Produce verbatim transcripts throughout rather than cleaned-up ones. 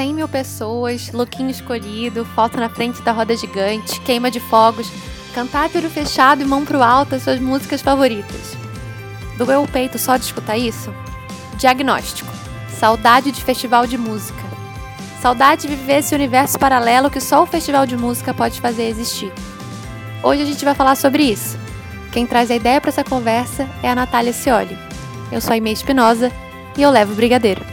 cem mil pessoas, lookinho escolhido, foto na frente da roda gigante, queima de fogos, cantar de olho fechado e mão pro alto as suas músicas favoritas. Doeu o peito só de escutar isso? Diagnóstico. Saudade de festival de música. Saudade de viver esse universo paralelo que só o festival de música pode fazer existir. Hoje a gente vai falar sobre isso. Quem traz a ideia para essa conversa é a Natália Scioli. Eu sou a Aimee Espinosa e eu levo o brigadeiro.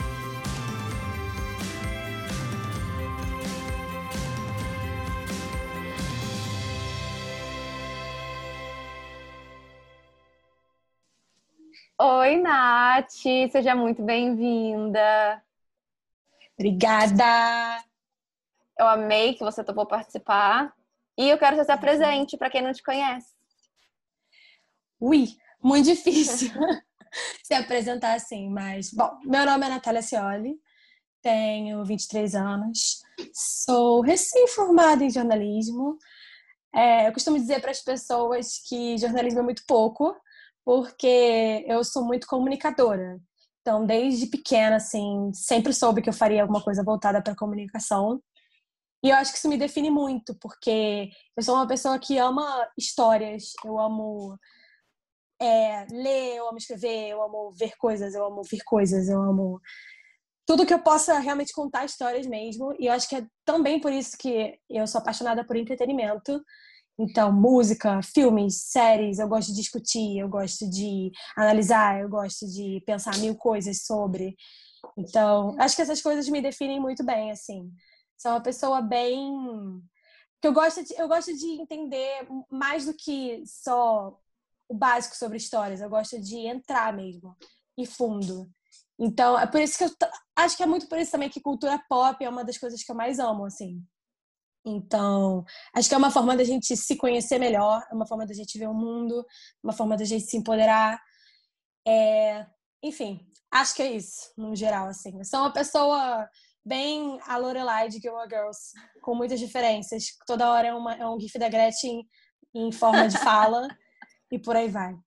Oi, Nath! Seja muito bem-vinda! Obrigada! Eu amei que você topou participar e eu quero que você se apresente para quem não te conhece. Ui, muito difícil se apresentar assim, mas... Bom, meu nome é Natália Scioli, tenho vinte e três anos, sou recém-formada em jornalismo. É, eu costumo dizer para as pessoas que jornalismo é muito pouco, porque eu sou muito comunicadora. Então, desde pequena, assim, sempre soube que eu faria alguma coisa voltada para comunicação. E eu acho que isso me define muito, porque eu sou uma pessoa que ama histórias, eu amo é, ler, eu amo escrever, eu amo ver coisas, eu amo ouvir coisas, eu amo tudo que eu possa realmente contar histórias mesmo. E eu acho que é também por isso que eu sou apaixonada por entretenimento. Então, música, filmes, séries, eu gosto de discutir, eu gosto de analisar, eu gosto de pensar mil coisas sobre. Então, acho que essas coisas me definem muito bem, assim. Sou uma pessoa bem... que eu gosto de, eu gosto de entender mais do que só o básico sobre histórias. Eu gosto de entrar mesmo, e fundo. Então, é por isso que eu t... acho que é muito por isso também que cultura pop é uma das coisas que eu mais amo, assim. Então, acho que é uma forma da gente se conhecer melhor, é uma forma da gente ver o mundo, uma forma da gente se empoderar. É... Enfim, acho que é isso, no geral, assim. Eu sou uma pessoa bem a Lorelai de Gilmore Girls, com muitas diferenças. Toda hora é, uma, é um gif da Gretchen em forma de fala, e por aí vai.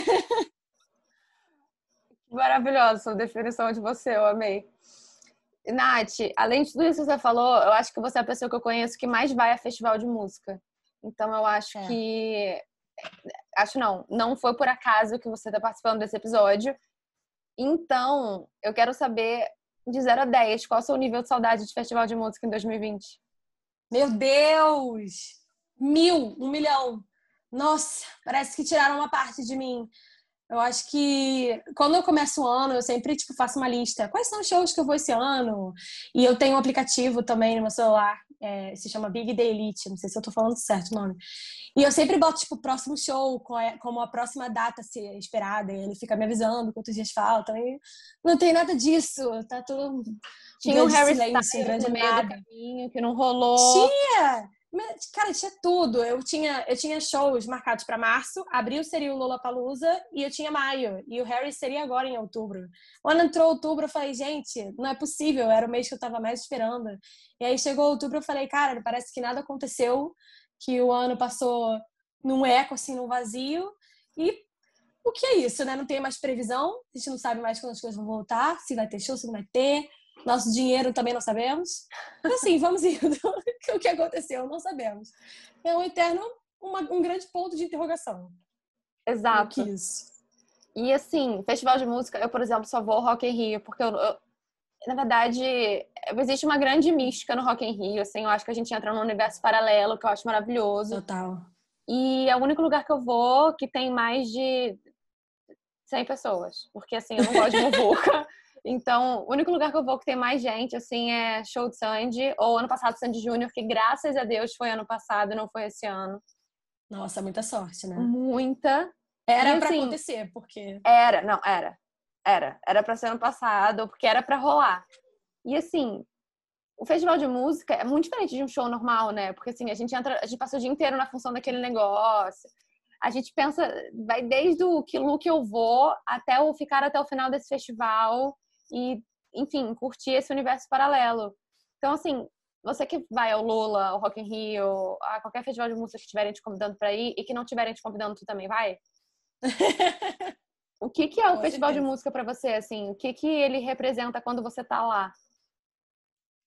Maravilhosa sua definição de você, eu amei. Nath, além de tudo isso que você falou, eu acho que você é a pessoa que eu conheço que mais vai a festival de música. Então eu acho é. que... Acho não, não foi por acaso que você está participando desse episódio. Então, eu quero saber, de zero a dez, qual é o seu nível de saudade de festival de música em dois mil e vinte? Meu Deus! Mil, um milhão. Nossa, parece que tiraram uma parte de mim. Eu acho que quando eu começo o ano, eu sempre tipo, faço uma lista. Quais são os shows que eu vou esse ano? E eu tenho um aplicativo também no meu celular, é, se chama Big Day Elite, não sei se eu tô falando certo o nome. E eu sempre boto, tipo, o próximo show, como a próxima data a ser esperada. E ele fica me avisando quantos dias faltam. E não tem nada disso, tá tudo... Tinha um Harry Styles um grande no meio nada. do caminho, que não rolou. Tinha! Cara, tinha tudo. Eu tinha, eu tinha shows marcados para março, abril seria o Lollapalooza e eu tinha maio. E o Harry seria agora em outubro. Quando entrou outubro, eu falei, gente, não é possível. Era o mês que eu tava mais esperando. E aí chegou outubro, eu falei, cara, parece que nada aconteceu, que o ano passou num eco, assim, num vazio. E o que é isso, né? Não tem mais previsão. A gente não sabe mais quando as coisas vão voltar, se vai ter show, se não vai ter. Nosso dinheiro também não sabemos. Assim, vamos indo. O que aconteceu, não sabemos. É um eterno, uma, um grande ponto de interrogação. Exato. Que isso. E assim, festival de música, eu, por exemplo, só vou ao Rock in Rio, porque eu, eu, na verdade, existe uma grande mística no Rock in Rio, assim, eu acho que a gente entra num universo paralelo, que eu acho maravilhoso. Total. E é o único lugar que eu vou que tem mais de cem pessoas, porque assim, eu não gosto de muvuca. Então, o único lugar que eu vou que tem mais gente, assim, é show de Sandy, ou ano passado Sandy Júnior, que graças a Deus foi ano passado e não foi esse ano. Nossa, muita sorte, né? Muita. Era e, pra assim, acontecer, porque... Era, não, era. Era. Era pra ser ano passado, porque era pra rolar. E, assim, o festival de música é muito diferente de um show normal, né? Porque, assim, a gente entra, a gente passa o dia inteiro na função daquele negócio. A gente pensa, vai desde o que look eu vou até o ficar até o final desse festival e, enfim, curtir esse universo paralelo. Então, assim, você que vai ao Lola, ao Rock in Rio, a qualquer festival de música que estiverem te convidando pra ir e que não estiverem te convidando, tu também vai? O que que é o Com festival certeza. de música pra você, assim? O que que ele representa quando você tá lá?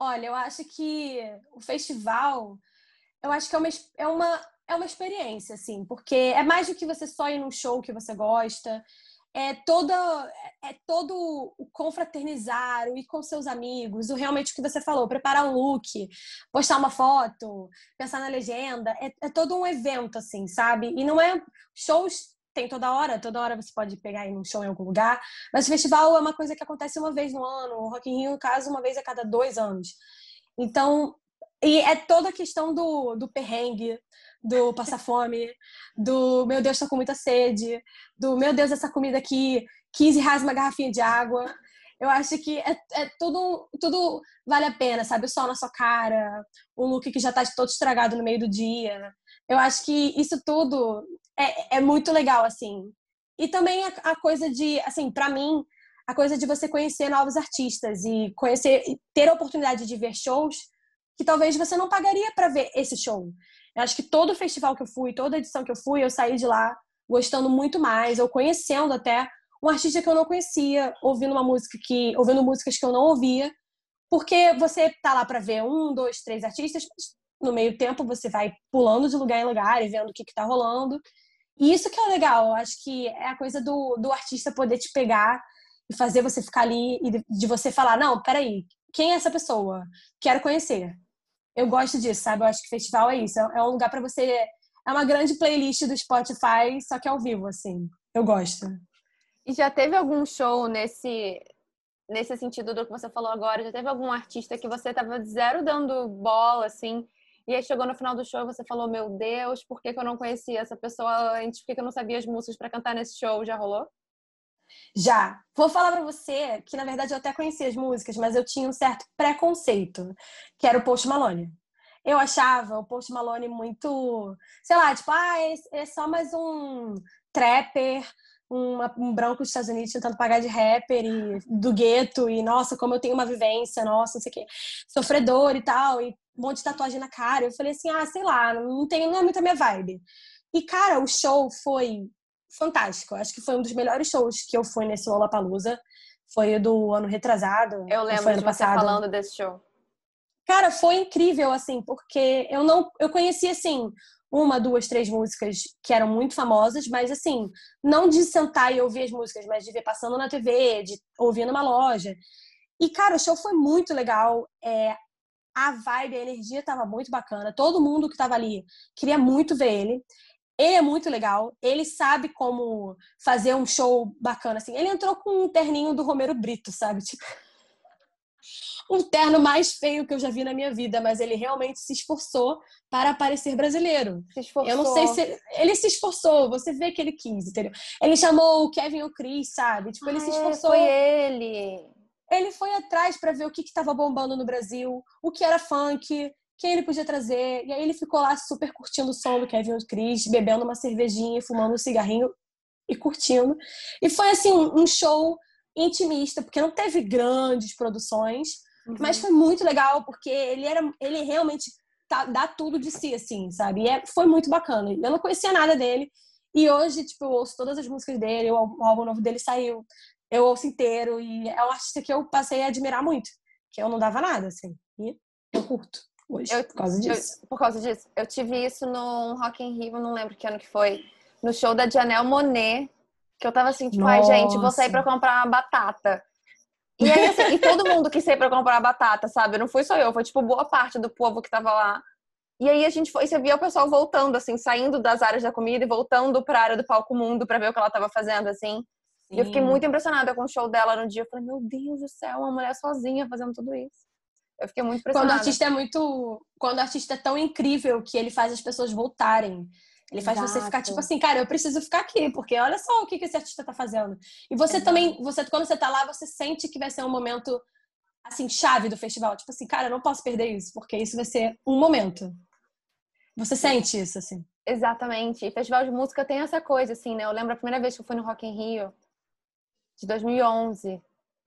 Olha, eu acho que o festival, eu acho que é uma, é uma, é uma experiência, assim, porque é mais do que você só ir num show que você gosta, é toda, é todo o confraternizar, o ir com seus amigos, o realmente o que você falou, preparar um look, postar uma foto, pensar na legenda, é, é todo um evento, assim, sabe? E não é shows. Tem toda hora, toda hora você pode pegar ir num show em algum lugar, mas o festival é uma coisa que acontece uma vez no ano, o Rock in Rio, no caso, uma vez a cada dois anos. Então, e é toda a questão do, do perrengue, do passar fome, do meu Deus, tô com muita sede, do meu Deus, essa comida aqui, quinze reais uma garrafinha de água. Eu acho que é, é tudo, tudo vale a pena, sabe? O sol na sua cara, o look que já tá todo estragado no meio do dia. Eu acho que isso tudo é, é muito legal, assim. E também a, a coisa de, assim, pra mim, a coisa de você conhecer novos artistas e conhecer, ter a oportunidade de ver shows que talvez você não pagaria pra ver esse show. Eu acho que todo festival que eu fui, toda edição que eu fui, eu saí de lá gostando muito mais, ou conhecendo até um artista que eu não conhecia, ouvindo uma música que, ouvindo músicas que eu não ouvia, porque você tá lá pra ver um, dois, três artistas, mas no meio tempo você vai pulando de lugar em lugar e vendo o que que tá rolando. E isso que é legal, eu acho que é a coisa do, do artista poder te pegar e fazer você ficar ali e de, de você falar, não, peraí, quem é essa pessoa? Quero conhecer. Eu gosto disso, sabe? Eu acho que festival é isso, é um lugar pra você... É uma grande playlist do Spotify, só que ao vivo, assim. Eu gosto. E já teve algum show nesse, nesse sentido do que você falou agora? Já teve algum artista que você tava zero dando bola, assim, e aí chegou no final do show e você falou, meu Deus, por que que eu não conhecia essa pessoa antes? Por que que eu não sabia as músicas pra cantar nesse show? Já rolou? Já. Vou falar pra você que, na verdade, eu até conhecia as músicas, mas eu tinha um certo preconceito, que era o Post Malone. Eu achava o Post Malone muito, sei lá, tipo, ah, é só mais um trapper, uma, um branco dos Estados Unidos tentando pagar de rapper e do gueto, e nossa, como eu tenho uma vivência, nossa, não sei o quê, sofredor e tal, e um monte de tatuagem na cara. Eu falei assim, ah, sei lá, não, tem, não é muito a minha vibe. E, cara, o show foi fantástico. Acho que foi um dos melhores shows que eu fui nesse Lollapalooza. Foi do ano retrasado. Eu lembro foi ano de você passado. falando desse show. Cara, foi incrível, assim, porque eu não... Eu conheci, assim, uma, duas, três músicas que eram muito famosas, mas, assim, não de sentar e ouvir as músicas, mas de ver passando na T V, de ouvir numa loja. E, cara, o show foi muito legal. É, a vibe, a energia tava muito bacana. Todo mundo que tava ali queria muito ver ele. Ele é muito legal, ele sabe como fazer um show bacana, assim. Ele entrou com um terninho do Romero Brito, sabe? Tipo, um terno mais feio que eu já vi na minha vida, mas ele realmente se esforçou para parecer brasileiro. Se esforçou. Eu não sei se... Ele, ele se esforçou, você vê que ele quis, entendeu? Ele chamou o Kevin e o Chris, sabe? Tipo, ele ah, se esforçou. Foi ele. Ele foi atrás para ver o que estava bombando no Brasil, o que era funk, quem ele podia trazer. E aí ele ficou lá super curtindo o som do Kevin e do Chris, bebendo uma cervejinha, fumando um cigarrinho e curtindo. E foi, assim, um show intimista, porque não teve grandes produções, uhum. mas foi muito legal, porque ele, era, ele realmente tá, dá tudo de si, assim, sabe? E é, foi muito bacana. Eu não conhecia nada dele. E hoje, tipo, eu ouço todas as músicas dele, o, o álbum novo dele saiu, eu ouço inteiro. E é um artista que eu passei a admirar muito, que eu não dava nada, assim. E eu curto. Hoje, eu, por causa disso. Eu, por causa disso. Eu tive isso no Rock in Rio, não lembro que ano que foi, no show da Janelle Monáe, que eu tava assim, tipo, ai, gente, vou sair pra comprar uma batata. E aí, assim, e todo mundo quis sair pra comprar batata, sabe? Não fui só eu, foi, tipo, boa parte do povo que tava lá. E aí a gente foi, você via o pessoal voltando, assim, saindo das áreas da comida e voltando pra área do palco mundo pra ver o que ela tava fazendo, assim. Sim. E eu fiquei muito impressionada com o show dela no dia. Eu falei, meu Deus do céu, uma mulher sozinha fazendo tudo isso. Eu fiquei muito impressionada. Quando o artista é muito... Quando o artista é tão incrível que ele faz as pessoas voltarem. Ele faz Exato. Você ficar tipo assim, cara, eu preciso ficar aqui, porque olha só o que esse artista tá fazendo. E você Exato. Também, você, quando você tá lá, você sente que vai ser um momento, assim, chave do festival. Tipo assim, cara, eu não posso perder isso, porque isso vai ser um momento. Você sente isso, assim. Exatamente. E festival de música tem essa coisa, assim, né? Eu lembro a primeira vez que eu fui no Rock in Rio, de dois mil e onze.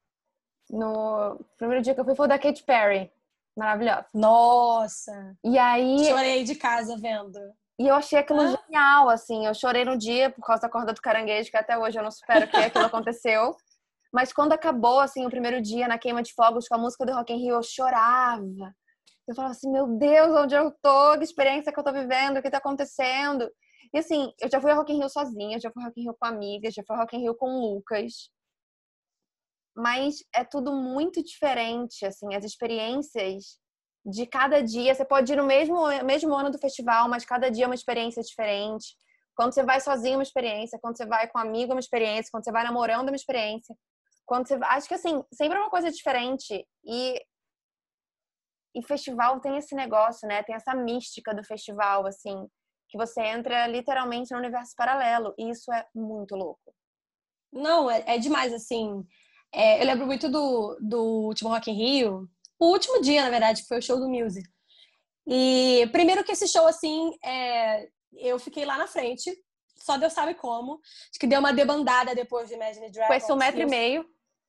No primeiro dia que eu fui foi o da Katy Perry. Maravilhosa. Nossa! E aí... Chorei de casa vendo. E eu achei aquilo ah. genial, assim. Eu chorei no dia por causa da corda do caranguejo, que até hoje eu não supero que aquilo aconteceu. Mas quando acabou, assim, o primeiro dia na queima de fogos com a música do Rock in Rio, eu chorava. Eu falava assim, meu Deus, onde eu tô? Que experiência que eu tô vivendo? O que tá acontecendo? E assim, eu já fui a Rock in Rio sozinha, já fui a Rock in Rio com amigas, já fui a Rock in Rio com o Lucas. Mas é tudo muito diferente, assim, as experiências de cada dia. Você pode ir no mesmo, mesmo ano do festival, mas cada dia é uma experiência diferente. Quando você vai sozinho, é uma experiência. Quando você vai com um amigo, é uma experiência. Quando você vai namorando, é uma experiência. Quando você... Acho que, assim, sempre é uma coisa diferente. E... E festival tem esse negócio, né? Tem essa mística do festival, assim, que você entra literalmente no universo paralelo. E isso é muito louco. Não, é, é demais, assim. É, eu lembro muito do, do último Rock in Rio. O último dia, na verdade, que foi o show do Muse. E primeiro que esse show, assim, é, eu fiquei lá na frente. Só Deus sabe como. Acho que deu uma debandada depois de Imagine Dragons. Com esse um metro e, eu... e meio.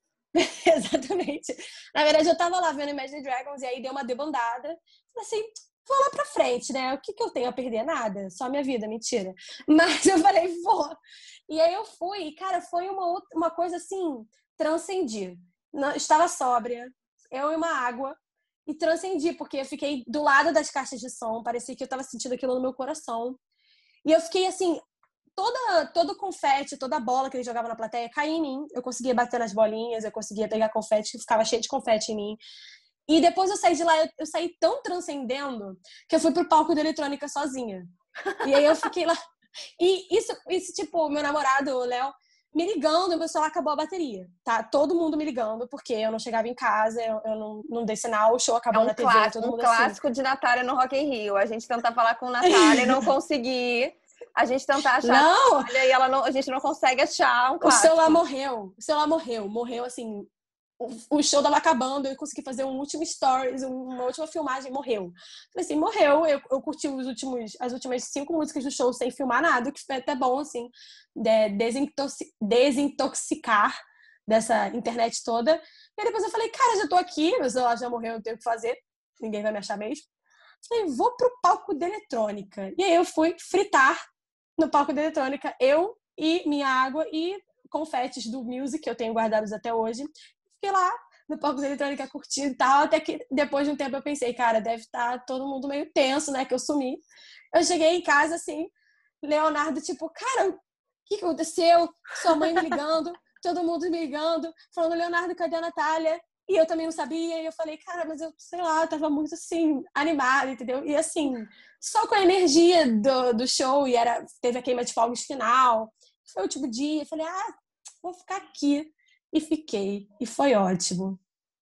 Exatamente. Na verdade, eu tava lá vendo Imagine Dragons e aí deu uma debandada. Falei assim, vou lá pra frente, né? O que, que eu tenho a perder? Nada. Só minha vida, mentira. Mas eu falei, vou. E aí eu fui. E, cara, foi uma, outra, uma coisa assim, transcendi. Não, estava sóbria, eu e uma água. E transcendi, porque eu fiquei do lado das caixas de som. Parecia que eu tava sentindo aquilo no meu coração. E eu fiquei assim... Toda, todo o confete, toda a bola que ele jogava na plateia caía em mim. Eu conseguia bater nas bolinhas, eu conseguia pegar confete, ficava cheio de confete em mim. E depois eu saí de lá, eu, eu saí tão transcendendo que eu fui pro palco da eletrônica sozinha. E aí eu fiquei lá. E isso, isso tipo, meu namorado, o Léo, me ligando, meu celular acabou a bateria, tá? Todo mundo me ligando, porque eu não chegava em casa, eu, eu não, não dei sinal, o show acabou é um na T V, clássico, todo mundo um clássico assim. de Natália no Rock in Rio. A gente tenta falar com Natália e não conseguir. A gente tenta achar Não! a Natália e ela não, a gente não consegue achar um O clássico. celular morreu, o celular morreu, morreu assim... O show tava acabando, eu consegui fazer um último stories, uma última filmagem, morreu. Falei assim, morreu. Eu, eu curti os últimos, as últimas cinco músicas do show sem filmar nada, que foi até bom, assim, de, desintoxi, desintoxicar dessa internet toda. E depois eu falei, cara, já tô aqui, meu celular já morreu, não tenho o que fazer, ninguém vai me achar mesmo. Falei, vou pro palco da eletrônica. E aí eu fui fritar no palco da eletrônica, eu e minha água e confetes do Music, que eu tenho guardados até hoje. Fiquei lá no palco da eletrônica curtindo e tal, até que depois de um tempo eu pensei, cara, deve estar todo mundo meio tenso, né, que eu sumi. Eu cheguei em casa, assim, Leonardo, tipo, cara, o que aconteceu? Sua mãe me ligando, todo mundo me ligando, falando, Leonardo, cadê a Natália? E eu também não sabia, e eu falei, cara, mas eu, sei lá, eu tava muito, assim, animada, entendeu? E, assim, só com a energia do, do show, e era, teve a queima de fogos final, foi o último dia, eu falei, ah, vou ficar aqui. E fiquei. E foi ótimo.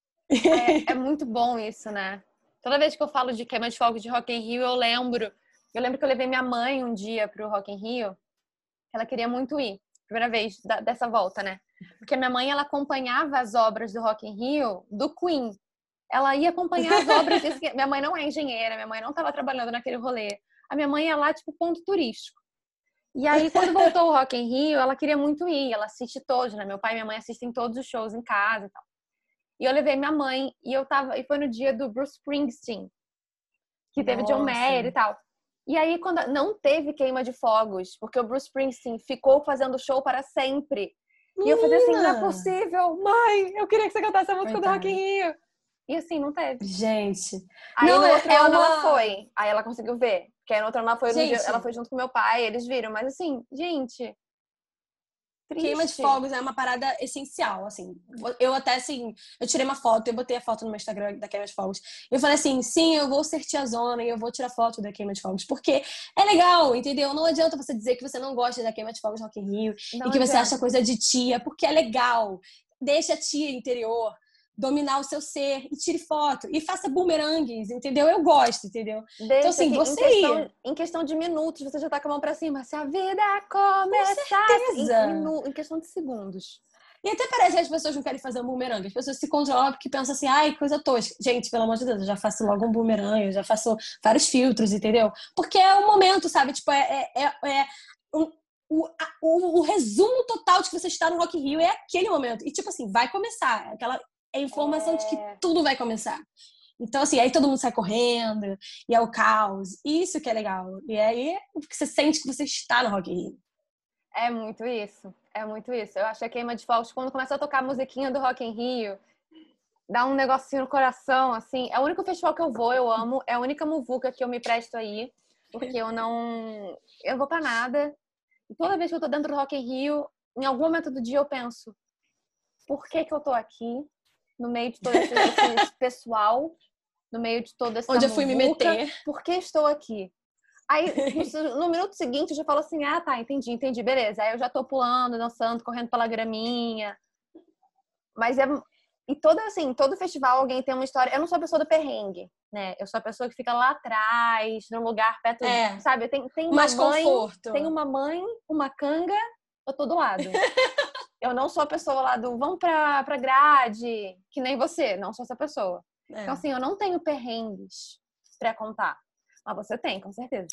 É, é muito bom isso, né? Toda vez que eu falo de queima de fogos de Rock in Rio, eu lembro. Eu lembro que eu levei minha mãe um dia pro Rock in Rio. Ela queria muito ir. Primeira vez da, dessa volta, né? Porque minha mãe, ela acompanhava as obras do Rock in Rio do Queen. Ela ia acompanhar as obras desse... Minha mãe não é engenheira, minha mãe não estava trabalhando naquele rolê. A minha mãe ia lá, tipo, ponto turístico. E aí, quando voltou o Rock in Rio, ela queria muito ir. Ela assiste todos, né? Meu pai e minha mãe assistem todos os shows em casa e tal. E eu levei minha mãe e eu tava... E foi no dia do Bruce Springsteen, que teve Nossa. John Mayer e tal. E aí, quando não teve queima de fogos, porque o Bruce Springsteen ficou fazendo show para sempre. Menina. E eu falei assim, não é possível. Mãe, eu queria que você cantasse a música Coitada. do Rock in Rio. E assim, não teve. Gente. Aí não, no outro é ano uma... ela foi. Aí ela conseguiu ver. Porque aí no outro ano ela foi, no Gente. dia, ela foi junto com meu pai, eles viram. Mas assim, gente... Triste. Queima de fogos é uma parada essencial, assim. Eu até, assim, eu tirei uma foto, eu botei a foto no meu Instagram da queima de fogos. Eu falei assim, sim, eu vou ser tiazona e eu vou tirar foto da queima de fogos. Porque é legal, entendeu? Não adianta você dizer que você não gosta da queima de fogos Rock in Rio Não e que você adianta. acha coisa de tia, porque é legal. Deixa a tia interior dominar o seu ser e tire foto. E faça bumerangues, entendeu? Eu gosto, entendeu? Deixa então, assim, que você em questão, ia. em questão de minutos, você já tá com a mão pra cima. Se a vida começasse... Com certeza. Em, minu... em questão de segundos. E até parece que as pessoas não querem fazer um bumerangue. As pessoas se controlam porque pensam assim, ai, coisa tosca. Gente, pelo amor de Deus, eu já faço logo um bumerangue, eu já faço vários filtros, entendeu? Porque é o momento, sabe? Tipo, é, é, é, é um, o, a, o, o resumo total de que você está no Rock in Rio é aquele momento. E, tipo assim, vai começar. Aquela é informação É... de que tudo vai começar. Então, assim, aí todo mundo sai correndo, e é o caos. Isso que é legal. E aí você sente que você está no Rock in Rio. É muito isso. É muito isso. Eu acho que a queima de fogos, quando começa a tocar a musiquinha do Rock in Rio, dá um negocinho no coração, assim. É o único festival que eu vou, eu amo. É a única muvuca que eu me presto aí. Porque eu não... Eu não vou pra nada. E toda vez que eu tô dentro do Rock in Rio, em algum momento do dia eu penso, por que que eu tô aqui? No meio de todo esse, esse pessoal, no meio de toda essa Onde eu fui me muvuca, meter. por que estou aqui? Aí, no, no minuto seguinte, eu já falo assim, ah, tá, entendi, entendi, beleza. Aí eu já tô pulando, dançando, correndo pela graminha. Mas é... E todo, assim, todo festival alguém tem uma história... Eu não sou a pessoa do perrengue, né? Eu sou a pessoa que fica lá atrás, num lugar perto... É. Sabe, tem, tem uma Mais mãe... conforto. Tem uma mãe, uma canga, eu tô do lado. Eu não sou a pessoa lá do vamos pra, pra grade, que nem você, não sou essa pessoa. É. Então, assim, eu não tenho perrengues pra contar. Mas você tem, com certeza.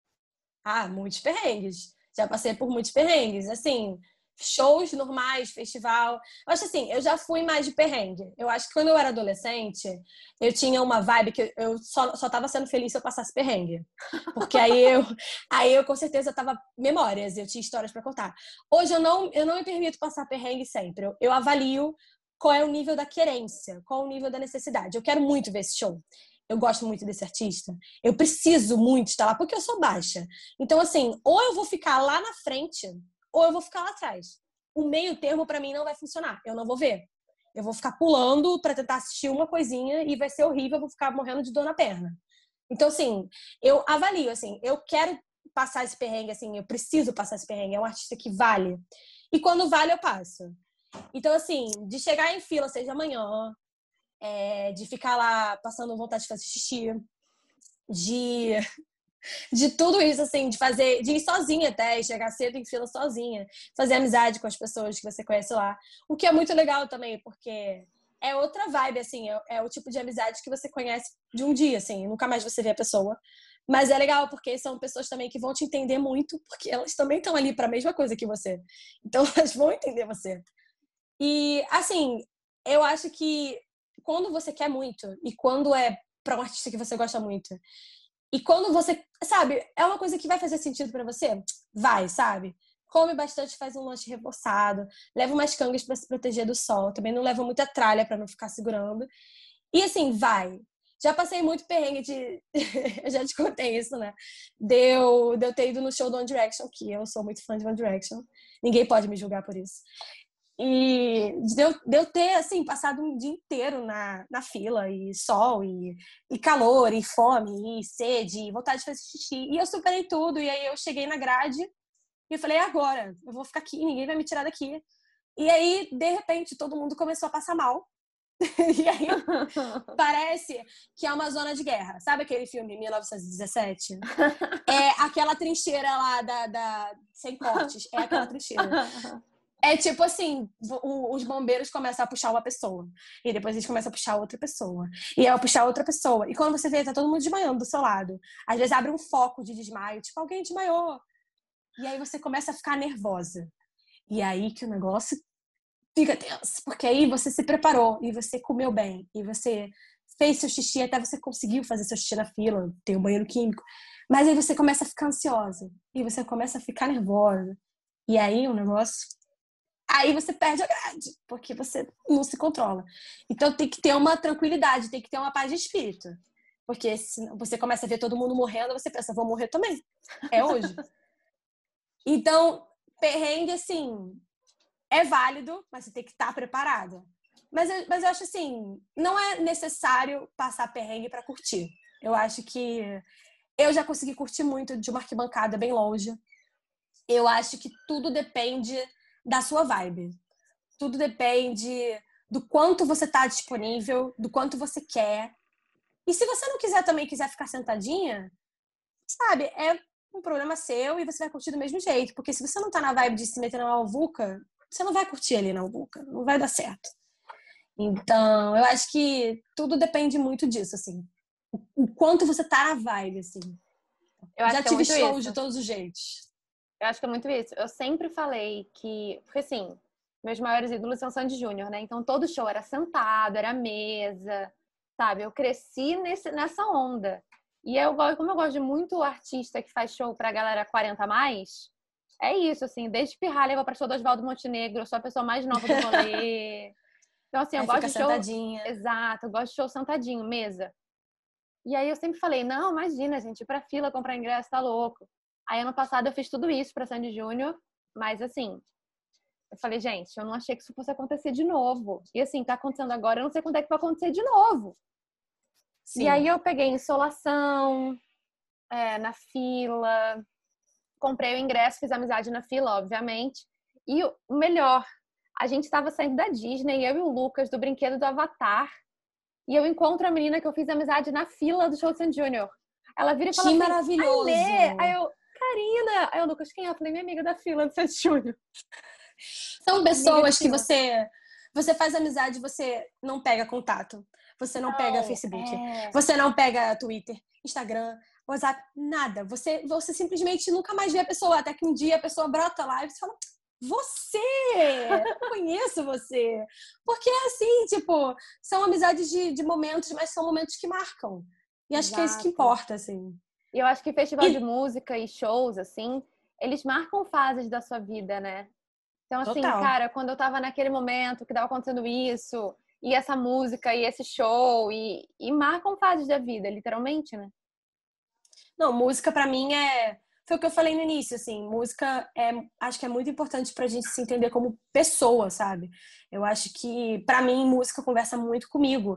Ah, muitos perrengues. Já passei por muitos perrengues. Assim, shows normais, festival. Eu acho assim, eu já fui mais de perrengue. Eu acho que quando eu era adolescente, eu tinha uma vibe que eu só, só tava sendo feliz se eu passasse perrengue. Porque aí eu, aí eu com certeza tava memórias, eu tinha histórias pra contar. Hoje eu não, eu não me permito passar perrengue sempre. Eu, eu avalio qual é o nível da querência, qual é o nível da necessidade. Eu quero muito ver esse show. Eu gosto muito desse artista. Eu preciso muito estar lá, porque eu sou baixa. Então, assim, ou eu vou ficar lá na frente, ou eu vou ficar lá atrás. O meio termo, pra mim, não vai funcionar. Eu não vou ver. Eu vou ficar pulando pra tentar assistir uma coisinha e vai ser horrível, eu vou ficar morrendo de dor na perna. Então, assim, eu avalio, assim, eu quero passar esse perrengue, assim, eu preciso passar esse perrengue. É um artista que vale. E quando vale, eu passo. Então, assim, de chegar em fila, seja amanhã, é, de ficar lá passando vontade de fazer xixi, de, de tudo isso, assim, de fazer, de ir sozinha até, e chegar cedo em fila sozinha, fazer amizade com as pessoas que você conhece lá. O que é muito legal também, porque é outra vibe, assim, é, é o tipo de amizade que você conhece de um dia, assim, nunca mais você vê a pessoa. Mas é legal, porque são pessoas também que vão te entender muito, porque elas também estão ali para a mesma coisa que você. Então, elas vão entender você. E, assim, eu acho que quando você quer muito, e quando é para um artista que você gosta muito, e quando você, sabe, é uma coisa que vai fazer sentido para você, vai, sabe? Come bastante, faz um lanche reforçado, leva umas cangas para se proteger do sol, também não leva muita tralha para não ficar segurando. E, assim, vai. Já passei muito perrengue de... eu já te contei isso, né? Deu, de eu ter ido no show do One Direction, que eu sou muito fã de One Direction. Ninguém pode me julgar por isso. E de eu, de eu ter, assim, passado um dia inteiro na, na fila, e sol, e, e calor, e fome, e sede, e vontade de fazer xixi. E eu superei tudo, e aí eu cheguei na grade, e eu falei, agora, eu vou ficar aqui, ninguém vai me tirar daqui. E aí, de repente, todo mundo começou a passar mal. E aí, parece que é uma zona de guerra. Sabe aquele filme mil novecentos e dezessete? É aquela trincheira lá da, da... sem cortes. É aquela trincheira. É tipo assim, os bombeiros começam a puxar uma pessoa. E depois eles começam a puxar outra pessoa. E aí puxar outra pessoa. E quando você vê, tá todo mundo desmaiando do seu lado. Às vezes abre um foco de desmaio. Tipo, alguém desmaiou. E aí você começa a ficar nervosa. E aí que o negócio fica tenso. Porque aí você se preparou. E você comeu bem. E você fez seu xixi. Até você conseguiu fazer seu xixi na fila. Tem um banheiro químico. Mas aí você começa a ficar ansiosa. E você começa a ficar nervosa. E aí o negócio... Aí você perde a grade, porque você não se controla. Então tem que ter uma tranquilidade, tem que ter uma paz de espírito. Porque se você começa a ver todo mundo morrendo, você pensa, vou morrer também. É hoje. Então, perrengue, assim, é válido, mas você tem que estar preparada. Mas eu, mas eu acho assim, não é necessário passar perrengue para curtir. Eu acho que eu já consegui curtir muito de uma arquibancada bem longe. Eu acho que tudo depende da sua vibe. Tudo depende do quanto você tá disponível, do quanto você quer. E se você não quiser também, quiser ficar sentadinha, sabe, é um problema seu e você vai curtir do mesmo jeito. Porque se você não tá na vibe de se meter na alvuca, você não vai curtir ali na alvuca. Não vai dar certo. Então, eu acho que tudo depende muito disso, assim. O quanto você tá na vibe, assim. Eu acho Já que tive é muito shows isso. de todos os jeitos. Eu acho que é muito isso. Eu sempre falei que... Porque, assim, meus maiores ídolos são Sandy Júnior, né? Então, todo show era sentado, era mesa, sabe? Eu cresci nesse, nessa onda. E eu, como eu gosto de muito artista que faz show pra galera quarenta a mais, é isso, assim, desde pirralha eu vou pra show do Oswaldo Montenegro, eu sou a pessoa mais nova do rolê. Então, assim, eu Aí gosto fica de show... sentadinha. Exato, eu gosto de show sentadinho, mesa. E aí eu sempre falei, não, imagina, gente, ir pra fila comprar ingresso, tá louco. Aí ano passado eu fiz tudo isso pra Sandy Júnior, mas assim, eu falei, gente, eu não achei que isso fosse acontecer de novo. E assim, tá acontecendo agora, eu não sei quando é que vai acontecer de novo. Sim. E aí eu peguei insolação, é, na fila, comprei o ingresso, fiz amizade na fila, obviamente. E o melhor, a gente estava saindo da Disney, eu e o Lucas, do brinquedo do Avatar, e eu encontro a menina que eu fiz amizade na fila do show do Sandy Júnior. Ela vira e fala Que assim, maravilhoso! Ailê! Aí eu, Karina! Aí o Lucas, quem é? Eu falei, minha amiga da fila do Sandy Júnior. São pessoas que você, você faz amizade e você não pega contato. Você não, não pega Facebook. É... Você não pega Twitter, Instagram, WhatsApp, nada. Você, você simplesmente nunca mais vê a pessoa. Até que um dia a pessoa brota lá e você fala, você! Eu conheço você! Porque é assim, tipo, são amizades de, de momentos, mas são momentos que marcam. E acho Exato. Que é isso que importa, assim. E eu acho que festival e... de música e shows, assim, eles marcam fases da sua vida, né? Então, assim, Total. Cara, quando eu tava naquele momento que tava acontecendo isso, e essa música, e esse show, e, e marcam fases da vida, literalmente, né? Não, música pra mim é... Foi o que eu falei no início, assim, música é, acho que é muito importante pra gente se entender como pessoa, sabe? Eu acho que, pra mim, música conversa muito comigo.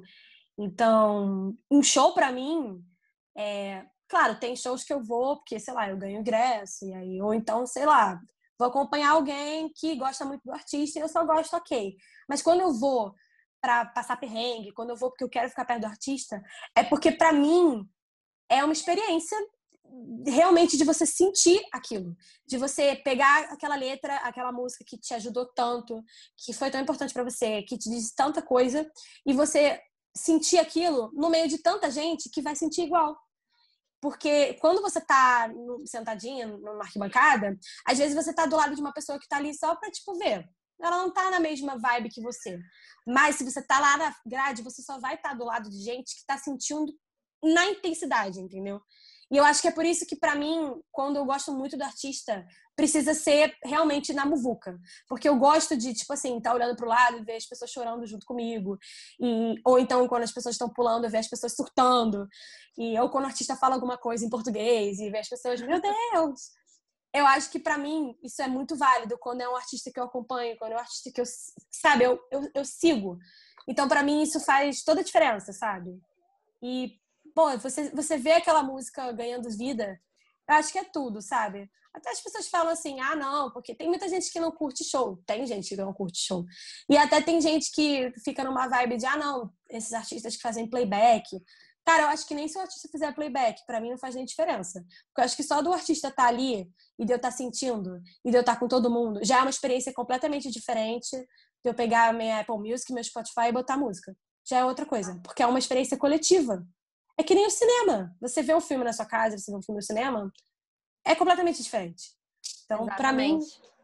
Então, um show pra mim, é... claro, tem shows que eu vou porque, sei lá, eu ganho ingresso, e aí, ou então, sei lá, vou acompanhar alguém que gosta muito do artista e eu só gosto, ok. Mas quando eu vou pra passar perrengue, quando eu vou porque eu quero ficar perto do artista, é porque, pra mim, é uma experiência realmente de você sentir aquilo, de você pegar aquela letra, aquela música que te ajudou tanto, que foi tão importante pra você, que te diz tanta coisa, e você sentir aquilo no meio de tanta gente que vai sentir igual. Porque quando você tá sentadinha numa arquibancada, às vezes você tá do lado de uma pessoa que tá ali só pra, tipo, ver. Ela não tá na mesma vibe que você. Mas se você tá lá na grade, você só vai estar do lado de gente que tá sentindo na intensidade, entendeu? E eu acho que é por isso que, pra mim, quando eu gosto muito do artista, precisa ser realmente na muvuca. Porque eu gosto de, tipo assim, estar tá olhando pro lado e ver as pessoas chorando junto comigo. E, ou então, quando as pessoas estão pulando, eu ver as pessoas surtando. E, ou quando o artista fala alguma coisa em português e ver as pessoas, meu Deus! Eu acho que, pra mim, isso é muito válido quando é um artista que eu acompanho, quando é um artista que eu, sabe, eu, eu, eu sigo. Então, pra mim, isso faz toda a diferença, sabe? E bom, você, você vê aquela música ganhando vida, eu acho que é tudo, sabe? Até as pessoas falam assim, ah, não, porque tem muita gente que não curte show. Tem gente que não curte show. E até tem gente que fica numa vibe de, ah, não, esses artistas que fazem playback. Cara, eu acho que nem se o artista fizer playback, pra mim não faz nem diferença. Porque eu acho que só do artista estar ali, e de eu estar sentindo, e de eu estar com todo mundo, já é uma experiência completamente diferente de eu pegar minha Apple Music, meu Spotify e botar música. Já é outra coisa, porque é uma experiência coletiva. É que nem o cinema. Você vê um filme na sua casa, você vê um filme no cinema, é completamente diferente. Então, pra mim...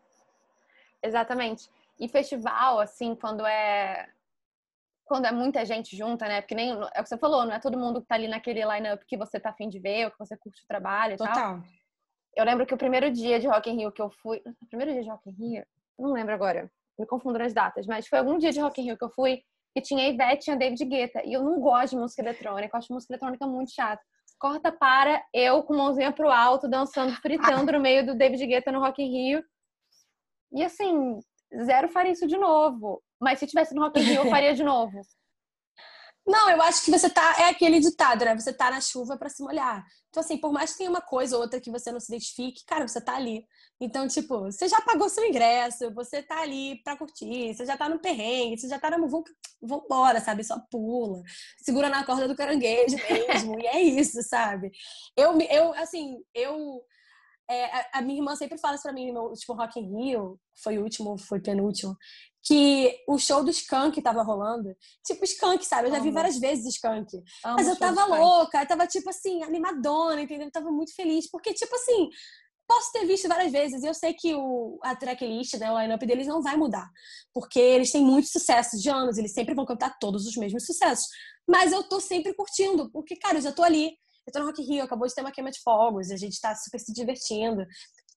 Exatamente. E festival, assim, quando é... Quando é muita gente junta, né? Porque nem... É o que você falou, não é todo mundo que tá ali naquele line-up que você tá afim de ver, ou que você curte o trabalho e Total. tal. Eu lembro que o primeiro dia de Rock in Rio que eu fui... O primeiro dia de Rock in Rio? Eu não lembro agora. Me confundo nas datas. Mas foi algum dia de Rock in Rio que eu fui que tinha a Ivete e tinha David Guetta. E eu não gosto de música eletrônica. Eu acho música eletrônica muito chata. Corta para eu com mãozinha pro alto, dançando, fritando no meio do David Guetta no Rock in Rio. E assim, zero faria isso de novo. Mas se tivesse no Rock in Rio, eu faria de novo. Não, eu acho que você tá... É aquele ditado, né? Você tá na chuva pra se molhar. Então, assim, por mais que tenha uma coisa ou outra que você não se identifique, cara, você tá ali. Então, tipo, você já pagou seu ingresso, você tá ali pra curtir, você já tá no perrengue, você já tá na muvuca, vambora, sabe? Só pula, segura na corda do caranguejo mesmo, e é isso, sabe? Eu, eu assim, eu... É, a, a minha irmã sempre fala isso pra mim no meu último Rock in Rio, foi o último, foi penúltimo, que o show do Skank tava rolando. Tipo, Skank, sabe? Eu já vi várias vezes Skank. Amo mas eu tava louca, eu tava, tipo assim, animadona, entendeu? Eu tava muito feliz. Porque, tipo assim, posso ter visto várias vezes. E eu sei que o, a tracklist, né, o line-up deles não vai mudar. Porque eles têm muitos sucessos de anos. Eles sempre vão cantar todos os mesmos sucessos. Mas eu tô sempre curtindo. Porque, cara, eu já tô ali. Eu tô no Rock in Rio, acabou de ter uma queima de fogos. A gente tá super se divertindo.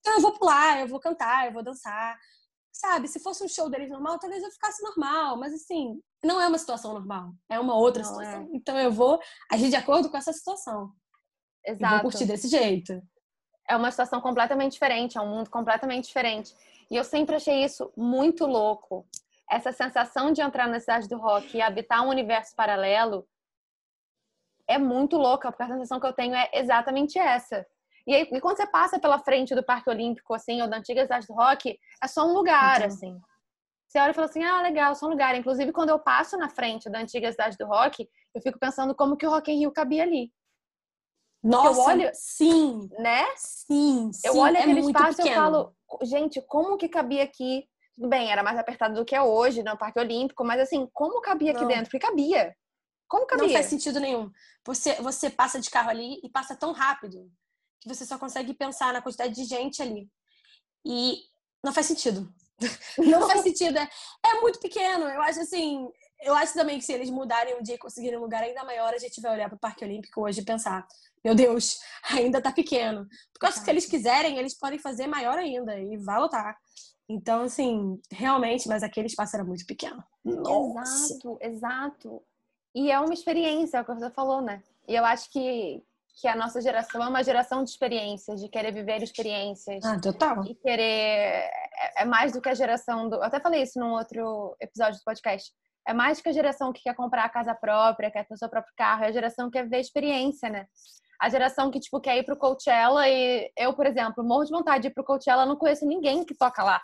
Então eu vou pular, eu vou cantar, eu vou dançar. Sabe, se fosse um show deles normal, talvez eu ficasse normal. Mas assim, não é uma situação normal. É uma outra Não situação. é. Então eu vou agir de acordo com essa situação. E vou Exato. curtir desse jeito. É uma situação completamente diferente, é um mundo completamente diferente. E eu sempre achei isso muito louco. Essa sensação de entrar na cidade do rock e habitar um universo paralelo é muito louca, porque a sensação que eu tenho é exatamente essa. E aí, e quando você passa pela frente do Parque Olímpico, assim, ou da antiga cidade do rock, é só um lugar, Então. assim. Você olha e fala assim, ah, legal, só um lugar. Inclusive, quando eu passo na frente da antiga cidade do rock, eu fico pensando como que o Rock in Rio cabia ali. Nossa, eu olho, sim, né? sim, Eu sim, olho é aquele muito espaço e eu pequeno. falo, gente, como que cabia aqui? Tudo bem, era mais apertado do que é hoje no Parque Olímpico, mas assim, como cabia aqui Não, dentro? Porque cabia. Como não faz cabia? sentido nenhum. Você, você passa de carro ali e passa tão rápido que você só consegue pensar na quantidade de gente ali. E não faz sentido. Não, não faz sentido. É, é muito pequeno. Eu acho assim. Eu acho também que se eles mudarem um dia e conseguirem um lugar ainda maior, a gente vai olhar para o Parque Olímpico hoje e pensar: meu Deus, ainda tá pequeno. Porque eu acho que se eles quiserem, eles podem fazer maior ainda e vai lotar. Então, assim, realmente, mas aquele espaço era muito pequeno. Nossa! Exato, exato. E é uma experiência, é o que você falou, né? E eu acho que, que a nossa geração é uma geração de experiências, de querer viver experiências. Ah, total. E querer. É, é mais do que a geração do. Eu até falei isso num outro episódio do podcast. É mais do que a geração que quer comprar a casa própria, quer ter seu próprio carro. É a geração que quer ver experiência, né? A geração que, tipo, quer ir pro Coachella e eu, por exemplo, morro de vontade de ir pro Coachella, não conheço ninguém que toca lá.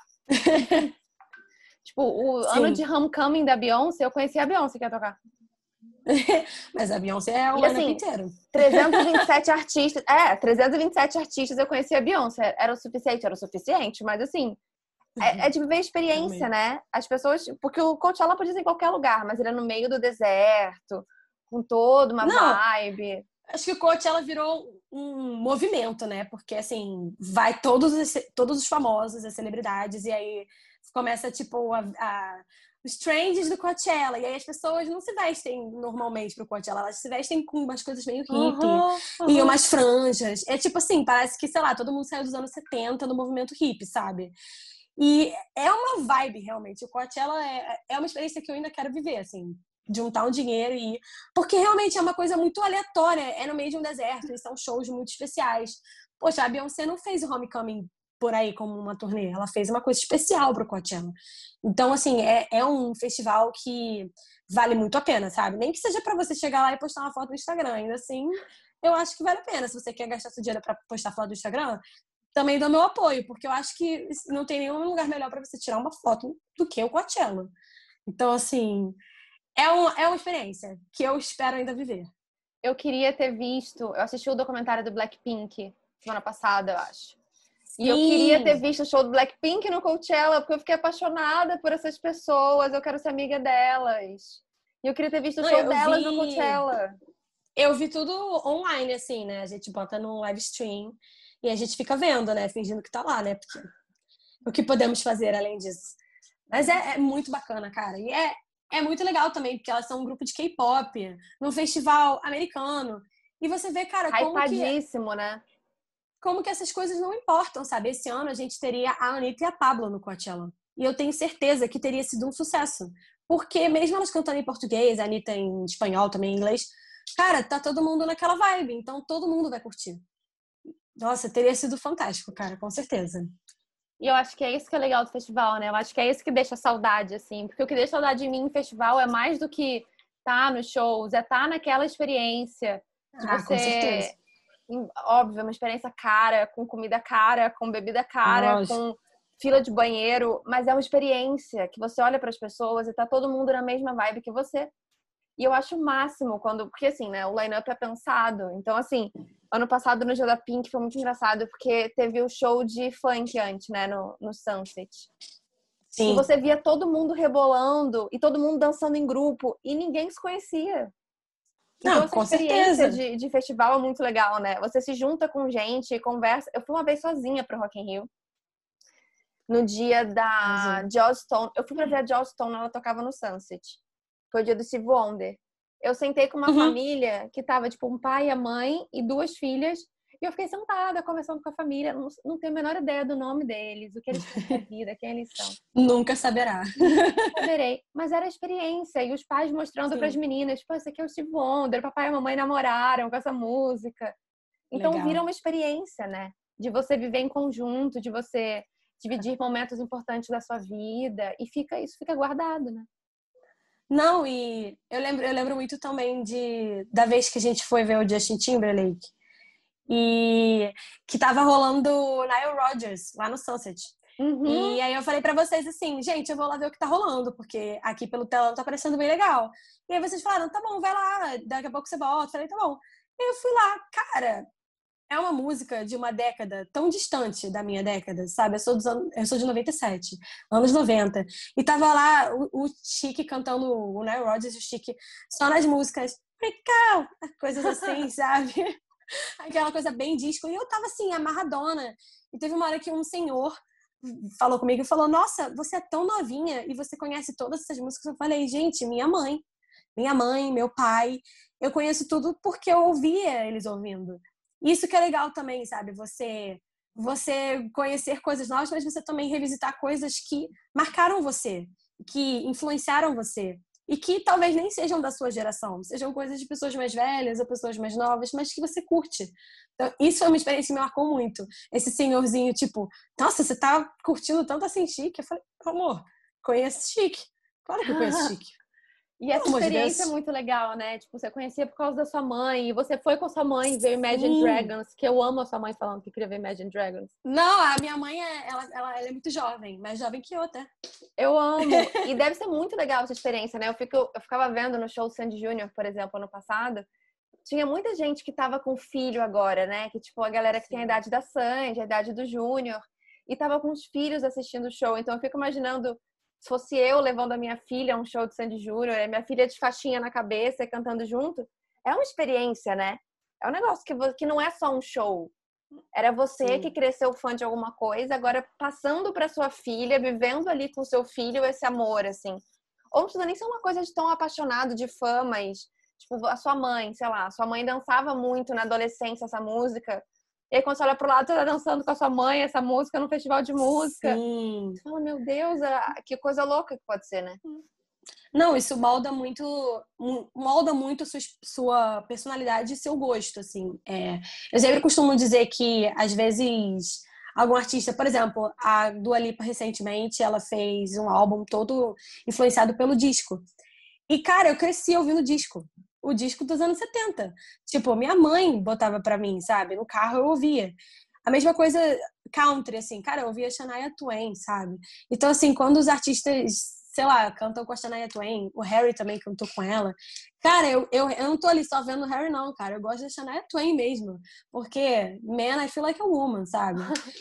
Tipo, o Sim. ano de Homecoming da Beyoncé, eu conheci a Beyoncé que ia tocar. Mas a Beyoncé é o E ano assim, inteiro. trezentos e vinte e sete artistas. É, trezentos e vinte e sete artistas eu conheci a Beyoncé. Era o suficiente, era o suficiente, mas assim, é, é de viver a experiência, né? As pessoas. Porque o Coachella podia ser em qualquer lugar, mas ele é no meio do deserto, com toda uma Não, vibe. acho que o Coachella virou um movimento, né? Porque, assim, vai todos os, todos os famosos, as celebridades, e aí começa, tipo, a, a, os trends do Coachella. E aí as pessoas não se vestem normalmente pro Coachella, elas se vestem com umas coisas meio hippie Uhum, e uhum. umas franjas. É tipo assim, parece que, sei lá, todo mundo saiu dos anos setenta no movimento hippie, sabe? E é uma vibe, realmente. O Coachella é, é uma experiência que eu ainda quero viver, assim. Juntar um dinheiro e ir. Porque realmente é uma coisa muito aleatória. É no meio de um deserto e são shows muito especiais. Poxa, a Beyoncé não fez o Homecoming por aí como uma turnê. Ela fez uma coisa especial pro Coachella. Então, assim, é, é um festival que vale muito a pena, sabe? Nem que seja pra você chegar lá e postar uma foto no Instagram. Ainda assim, eu acho que vale a pena. Se você quer gastar seu dinheiro pra postar foto no Instagram, também dou meu apoio. Porque eu acho que não tem nenhum lugar melhor pra você tirar uma foto do que o Coachella. Então, assim... É, um, é uma experiência que eu espero ainda viver. Eu queria ter visto. Eu assisti o documentário do Blackpink semana passada, eu acho. Sim. E eu queria ter visto o show do Blackpink no Coachella, porque eu fiquei apaixonada por essas pessoas. Eu quero ser amiga delas. E eu queria ter visto o Não, show eu delas vi... no Coachella. Eu vi tudo online, assim, né? A gente bota no live stream e a gente fica vendo, né? Fingindo que tá lá, né? Porque o que podemos fazer além disso? Mas é, é muito bacana, cara. E é, é muito legal também, porque elas são um grupo de K-pop, num festival americano. E você vê, cara, como que, Hypadíssimo, né? como que essas coisas não importam, sabe? Esse ano a gente teria a Anitta e a Pabllo no Coachella. E eu tenho certeza que teria sido um sucesso. Porque mesmo elas cantando em português, a Anitta em espanhol, também em inglês, cara, tá todo mundo naquela vibe. Então todo mundo vai curtir. Nossa, teria sido fantástico, cara, com certeza. E eu acho que é isso que é legal do festival, né? Eu acho que é isso que deixa saudade, assim. Porque o que deixa saudade em mim em festival é mais do que tá nos shows, é tá naquela experiência de Ah, com certeza. você... Óbvio, uma experiência cara, com comida cara, com bebida cara, Lógico. com fila de banheiro. Mas é uma experiência que você olha para as pessoas e tá todo mundo na mesma vibe que você. E eu acho o máximo quando... Porque, assim, né? O line-up é pensado. Então, assim... Ano passado, no Dia da Pink, foi muito engraçado, porque teve o show de funk antes, né, no, no Sunset. Sim. E você via todo mundo rebolando e todo mundo dançando em grupo e ninguém se conhecia. Então, Não, essa com experiência certeza. de, de festival é muito legal, né? Você se junta com gente, conversa. Eu fui uma vez sozinha pro Rock in Rio. No dia da Joss Stone. Eu fui pra ver a Joss Stone, ela tocava no Sunset. Foi o dia do Steve Wonder. Eu sentei com uma Uhum. família que tava, tipo, um pai, a mãe e duas filhas. E eu fiquei sentada, conversando com a família, não, não tenho a menor ideia do nome deles, o que eles têm na vida, quem eles são. Nunca saberá. Saberei. Mas era a experiência, e os pais mostrando para as meninas, pô, esse aqui é o Steve Wonder, o papai e a mamãe namoraram com essa música. Então Legal. vira uma experiência, né? De você viver em conjunto, de você dividir momentos importantes da sua vida, e fica isso fica guardado, né? Não, e eu lembro, eu lembro muito também de, da vez que a gente foi ver o Justin Timberlake e que tava rolando Nile Rodgers lá no Sunset. Uhum. E aí eu falei pra vocês assim, gente, eu vou lá ver o que tá rolando, porque aqui pelo telão tá parecendo bem legal. E aí vocês falaram, tá bom, vai lá, daqui a pouco você volta. Eu falei, tá bom. E eu fui lá, cara, é uma música de uma década tão distante da minha década, sabe? Eu sou, dos anos, eu sou de noventa e sete, anos noventa. E tava lá o, o Chic cantando o Nile Rodgers e o Chic só nas músicas Freak Out, coisas assim, sabe? Aquela coisa bem disco. E eu tava assim, amarradona. E teve uma hora que um senhor falou comigo e falou, nossa, você é tão novinha e você conhece todas essas músicas. Eu falei, gente, minha mãe. Minha mãe, meu pai. Eu conheço tudo porque eu ouvia eles ouvindo. Isso que é legal também, sabe? Você, você conhecer coisas novas, mas você também revisitar coisas que marcaram você, que influenciaram você. E que talvez nem sejam da sua geração, sejam coisas de pessoas mais velhas ou pessoas mais novas, mas que você curte. Então, isso foi uma experiência que me marcou muito. Esse senhorzinho, tipo, nossa, você tá curtindo tanto assim Chic? Eu falei, amor, conheço Chic. Claro que eu conheço Chic. E essa Pelo amor de experiência é Deus. muito legal, né? Tipo, você conhecia por causa da sua mãe, e você foi com a sua mãe ver Imagine Sim. Dragons, que eu amo a sua mãe falando que queria ver Imagine Dragons. Não, a minha mãe, é, ela, ela, ela é muito jovem, mais jovem que eu até. Eu amo. E deve ser muito legal essa experiência, né? Eu, fico, eu ficava vendo no show do Sandy Júnior, por exemplo, ano passado. Tinha muita gente que tava com filho agora, né? Que, tipo, a galera que Sim. tem a idade da Sandy, a idade do Júnior. E tava com os filhos assistindo o show. Então, eu fico imaginando, se fosse eu levando a minha filha a um show do Sandy Júnior, e minha filha de faixinha na cabeça e cantando junto. É uma experiência, né? É um negócio que, que não é só um show. Era você Sim. que cresceu fã de alguma coisa, agora passando para sua filha, vivendo ali com seu filho esse amor, assim. Ou não precisa nem ser uma coisa de tão apaixonado de fã, mas, tipo, a sua mãe, sei lá, sua mãe dançava muito na adolescência essa música. E aí, quando você olha pro lado, você tá dançando com a sua mãe essa música no festival de música. Sim. Você fala, meu Deus, que coisa louca que pode ser, né? Não, isso molda muito, molda muito sua, sua personalidade e seu gosto, assim. É, eu sempre costumo dizer que, às vezes, algum artista, por exemplo, a Dua Lipa, recentemente, ela fez um álbum todo influenciado pelo disco. E, cara, eu cresci ouvindo disco. O disco dos anos setenta. Tipo, minha mãe botava pra mim, sabe? No carro eu ouvia. A mesma coisa country, assim. Cara, eu ouvia Shania Twain, sabe? Então, assim, quando os artistas, sei lá, cantam com a Shania Twain, o Harry também cantou com ela. Cara, eu, eu, eu não tô ali só vendo o Harry, não, cara. Eu gosto da Shania Twain mesmo. Porque, man, I feel like a woman, sabe?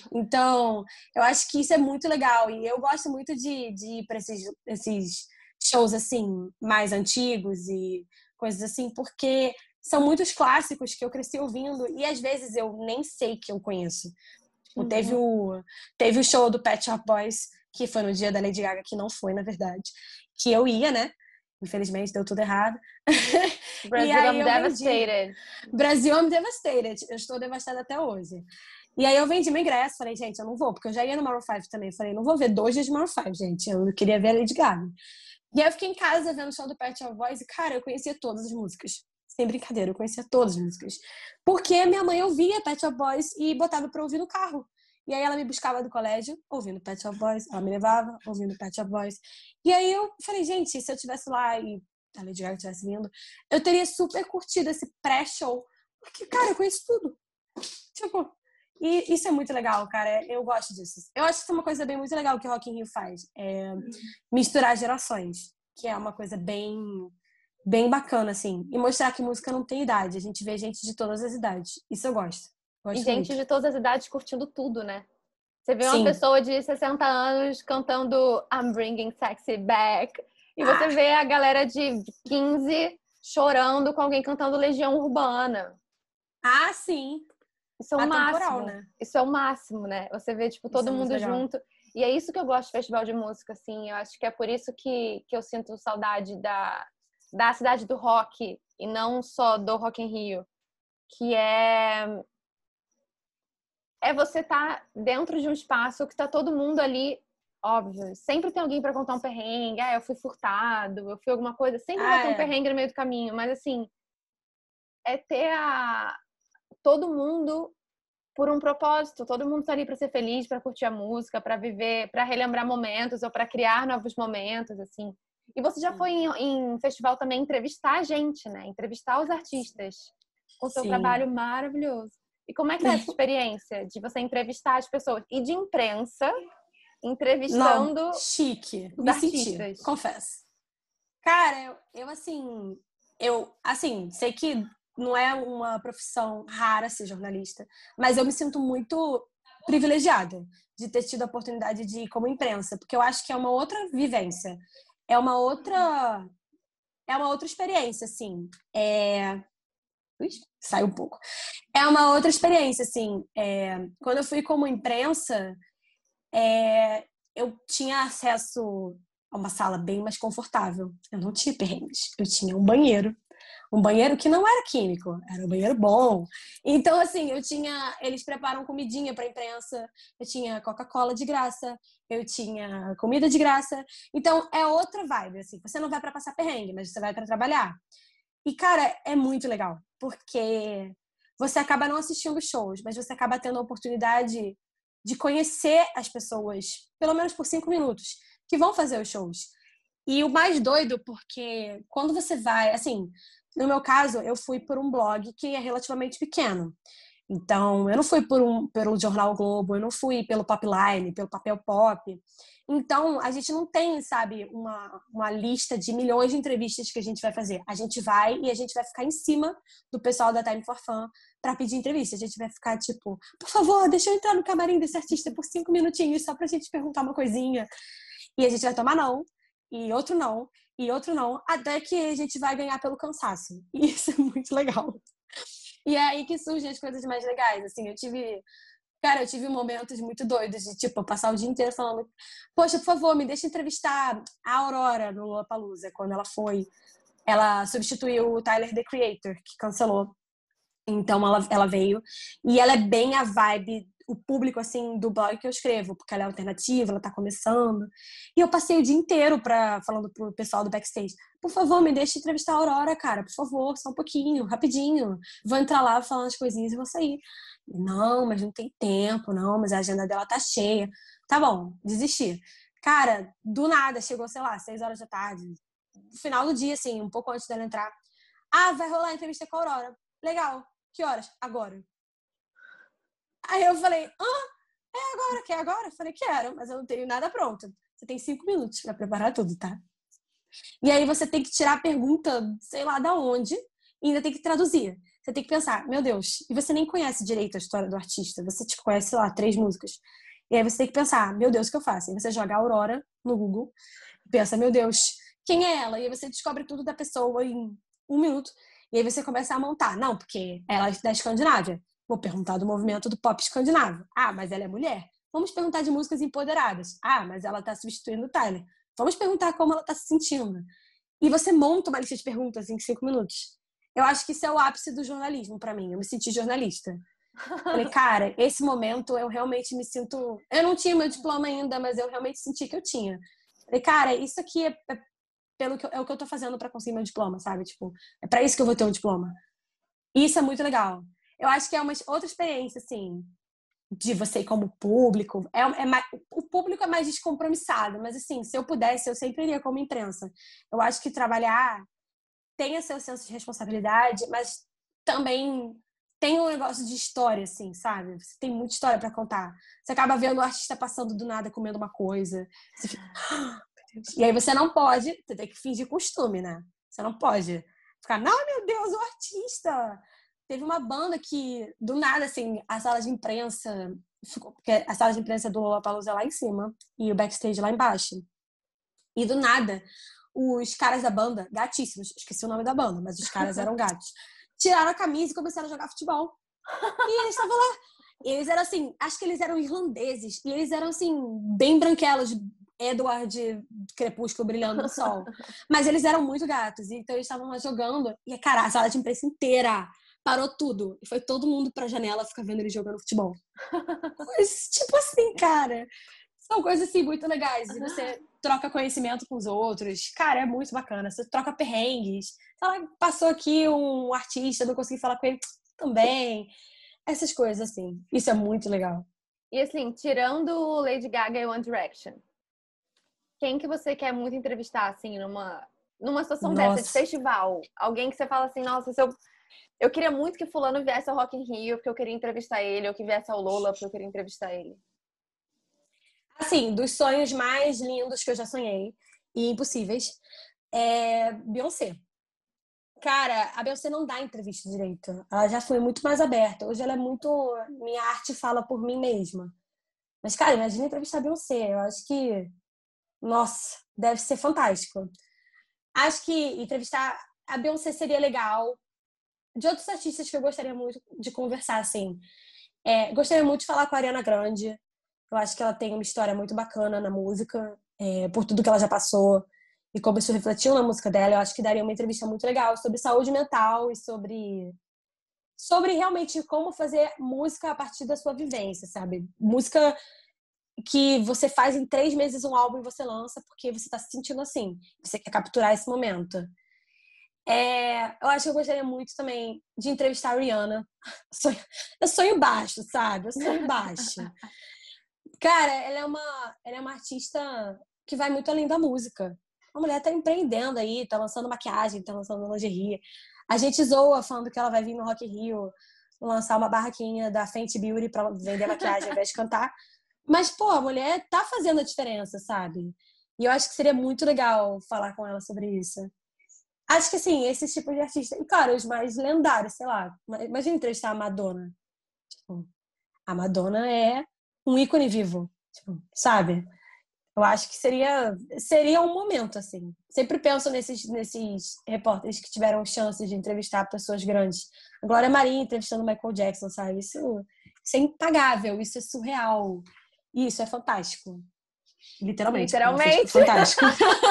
Então, eu acho que isso é muito legal. E eu gosto muito de, de ir pra esses, esses shows, assim, mais antigos e coisas assim, porque são muitos clássicos que eu cresci ouvindo e às vezes eu nem sei que eu conheço. Tipo, uhum. teve, o, teve o show do Pet Shop Boys, que foi no dia da Lady Gaga, que não foi, na verdade, que eu ia, né? Infelizmente, deu tudo errado. Brasil, e aí I'm devastated. Brasil, I'm devastated. Eu estou devastada até hoje. E aí eu vendi meu ingresso, falei, gente, eu não vou, porque eu já ia no Maroon five também. Falei, não vou ver dois dias de Maroon five, gente. Eu queria ver a Lady Gaga. E aí eu fiquei em casa vendo o show do Pet Shop Boys e, cara, eu conhecia todas as músicas. Sem brincadeira, eu conhecia todas as músicas. Porque minha mãe ouvia Pet Shop Boys e botava pra ouvir no carro. E aí ela me buscava do colégio, ouvindo Pet Shop Boys. Ela me levava, ouvindo Pet Shop Boys. E aí eu falei, gente, se eu estivesse lá e a Lady Gaga estivesse vindo, eu teria super curtido esse pré-show. Porque, cara, eu conheço tudo. Tipo... E isso é muito legal, cara. Eu gosto disso. Eu acho que isso é uma coisa bem muito legal que o Rock in Rio faz. É misturar gerações. Que é uma coisa bem, bem bacana, assim. E mostrar que música não tem idade. A gente vê gente de todas as idades. Isso eu gosto. gosto e gente muito. de todas as idades curtindo tudo, né? Você vê uma Sim. pessoa de sessenta anos cantando I'm Bringing Sexy Back. E você ah. vê a galera de quinze chorando com alguém cantando Legião Urbana. Ah, sim. Isso é o Atemporal, máximo, né? Isso é o máximo, né? Você vê, tipo, todo isso mundo é junto. E é isso que eu gosto de festival de música, assim. Eu acho que é por isso que, que eu sinto saudade da, da cidade do rock e não só do Rock in Rio. Que é é você estar dentro de um espaço que tá todo mundo ali, óbvio. Sempre tem alguém pra contar um perrengue. Ah, eu fui furtado, eu fui alguma coisa. Sempre Ah, vai ter um é. perrengue no meio do caminho. Mas, assim, é ter a... todo mundo por um propósito. Todo mundo tá ali pra ser feliz, pra curtir a música, pra viver, pra relembrar momentos ou pra criar novos momentos, assim. E você já Sim. foi em, em festival também entrevistar a gente, né? Entrevistar os artistas com seu Sim. trabalho maravilhoso. E como é que é essa experiência de você entrevistar as pessoas? E de imprensa, entrevistando Não, chique. os Me senti, artistas. confesso. Cara, eu, eu assim, eu assim, sei que não é uma profissão rara ser jornalista, mas eu me sinto muito privilegiada de ter tido a oportunidade de ir como imprensa, porque eu acho que é uma outra vivência, é uma outra, é uma outra experiência, assim. É... Ui, saiu um pouco. É uma outra experiência, assim. É... Quando eu fui como imprensa, é... eu tinha acesso a uma sala bem mais confortável. Eu não tinha perrengues. Eu tinha um banheiro. Um banheiro que não era químico, era um banheiro bom. Então, assim, eu tinha... Eles preparam comidinha pra imprensa, eu tinha Coca-Cola de graça, eu tinha comida de graça. Então, é outra vibe, assim. Você não vai pra passar perrengue, mas você vai pra trabalhar. E, cara, é muito legal, porque você acaba não assistindo shows, mas você acaba tendo a oportunidade de conhecer as pessoas, pelo menos por cinco minutos, que vão fazer os shows. E o mais doido, porque quando você vai, assim, no meu caso, eu fui por um blog que é relativamente pequeno. Então, eu não fui por um, pelo Jornal Globo, eu não fui pelo Popline, pelo Papel Pop. Então, a gente não tem, sabe, uma, uma lista de milhões de entrevistas que a gente vai fazer. A gente vai e a gente vai ficar em cima do pessoal da Time for Fun para pedir entrevista. A gente vai ficar tipo, por favor, deixa eu entrar no camarim desse artista por cinco minutinhos só pra gente perguntar uma coisinha. E a gente vai tomar não, e outro não, e outro não, até que a gente vai ganhar pelo cansaço. E isso é muito legal. E é aí que surgem as coisas mais legais, assim, eu tive... Cara, eu tive momentos muito doidos de, tipo, passar o dia inteiro falando poxa, por favor, me deixa entrevistar a Aurora no Lollapalooza, quando ela foi... Ela substituiu o Tyler, The Creator, que cancelou. Então, ela, ela veio. E ela é bem a vibe, o público, assim, do blog que eu escrevo, porque ela é alternativa, ela tá começando. E eu passei o dia inteiro pra, falando pro pessoal do backstage, por favor, me deixa entrevistar a Aurora, cara, por favor, só um pouquinho, rapidinho. Vou entrar lá, falar umas coisinhas e vou sair. Não, mas não tem tempo, não, mas a agenda dela tá cheia. Tá bom, desisti. Cara, do nada, chegou, sei lá, seis horas da tarde. No final do dia, assim, um pouco antes dela entrar. Ah, vai rolar a entrevista com a Aurora. Legal. Que horas? Agora. Aí eu falei, ah, é agora, quer agora? Eu falei, quero, mas eu não tenho nada pronto. Você tem cinco minutos pra preparar tudo, tá? E aí você tem que tirar a pergunta, sei lá da onde, e ainda tem que traduzir. Você tem que pensar, meu Deus, e você nem conhece direito a história do artista, você tipo, conhece, sei lá, três músicas. E aí você tem que pensar, meu Deus, o que eu faço? E você joga a Aurora no Google, e pensa, meu Deus, quem é ela? E aí você descobre tudo da pessoa em um minuto, e aí você começa a montar. Não, porque ela é da Escandinávia. Vou perguntar do movimento do pop escandinavo. Ah, mas ela é mulher. Vamos perguntar de músicas empoderadas. Ah, mas ela tá substituindo o Tyler. Vamos perguntar como ela tá se sentindo. E você monta uma lista de perguntas em cinco minutos. Eu acho que isso é o ápice do jornalismo pra mim. Eu me senti jornalista. Falei, cara, esse momento eu realmente me sinto... Eu não tinha meu diploma ainda, mas eu realmente senti que eu tinha. Falei, cara, isso aqui é, é, pelo que eu, é o que eu tô fazendo pra conseguir meu diploma, sabe? Tipo, é pra isso que eu vou ter um diploma. E isso é muito legal. Eu acho que é uma outra experiência, assim, de você como público. É, é mais, o público é mais descompromissado, mas, assim, se eu pudesse, eu sempre iria como imprensa. Eu acho que trabalhar tem o seu senso de responsabilidade, mas também tem um negócio de história, assim, sabe? Você tem muita história pra contar. Você acaba vendo o artista passando do nada, comendo uma coisa. Você fica... E aí você não pode, você tem que fingir costume, né? Você não pode ficar, não, meu Deus, o artista... Teve uma banda que, do nada, assim, a sala de imprensa... Ficou, porque a sala de imprensa do Lollapalooza é lá em cima e o backstage lá embaixo. E do nada, os caras da banda, gatíssimos, esqueci o nome da banda, mas os caras eram gatos, tiraram a camisa e começaram a jogar futebol. E eles estavam lá. E eles eram assim, acho que eles eram irlandeses. E eles eram assim, bem branquelos, Edward Crepúsculo brilhando no sol. Mas eles eram muito gatos. Então eles estavam lá jogando. E, cara, a sala de imprensa inteira parou tudo. E foi todo mundo pra janela ficar vendo ele jogando futebol. Mas, tipo assim, cara, são coisas assim muito legais. E você troca conhecimento com os outros. Cara, é muito bacana. Você troca perrengues. Ela passou aqui um artista, não consegui falar com ele também. Essas coisas, assim. Isso é muito legal. E assim, tirando Lady Gaga e One Direction, quem que você quer muito entrevistar, assim, numa, numa situação Nossa. dessa, de festival? Alguém que você fala assim, nossa, se eu, eu queria muito que fulano viesse ao Rock in Rio porque eu queria entrevistar ele, ou que viesse ao Lola porque eu queria entrevistar ele. Assim, dos sonhos mais lindos que eu já sonhei e impossíveis, é Beyoncé. Cara, a Beyoncé não dá entrevista direito. Ela já foi muito mais aberta. Hoje ela é muito... Minha arte fala por mim mesma. Mas, cara, imagina entrevistar a Beyoncé. Eu acho que... Nossa, deve ser fantástico. Acho que entrevistar a Beyoncé seria legal. De outros artistas que eu gostaria muito de conversar, assim. É, gostaria muito de falar com a Ariana Grande. Eu acho que ela tem uma história muito bacana na música. É, por tudo que ela já passou. E como isso refletiu na música dela, eu acho que daria uma entrevista muito legal sobre saúde mental e sobre, sobre realmente como fazer música a partir da sua vivência, sabe? Música que você faz em três meses um álbum e você lança porque você tá se sentindo assim. Você quer capturar esse momento. É, eu acho que eu gostaria muito também de entrevistar a Rihanna. Sonho, eu sonho baixo, sabe? Eu sonho baixo. Cara, ela é uma, ela é uma artista que vai muito além da música. A mulher tá empreendendo aí, tá lançando maquiagem, tá lançando lingerie. A gente zoa falando que ela vai vir no Rock in Rio lançar uma barraquinha da Fenty Beauty pra vender maquiagem ao invés de cantar. Mas, pô, a mulher tá fazendo a diferença, sabe? E eu acho que seria muito legal falar com ela sobre isso. Acho que, assim, esses tipos de artistas... E, claro, os mais lendários, sei lá. Imagina entrevistar a Madonna. Tipo, a Madonna é um ícone vivo, tipo, sabe? Eu acho que seria, seria um momento, assim. Sempre penso nesses, nesses repórteres que tiveram chances de entrevistar pessoas grandes. A Glória Maria entrevistando o Michael Jackson, sabe? Isso, isso é impagável, isso é surreal. E isso é fantástico. Literalmente. Literalmente. Fantástico.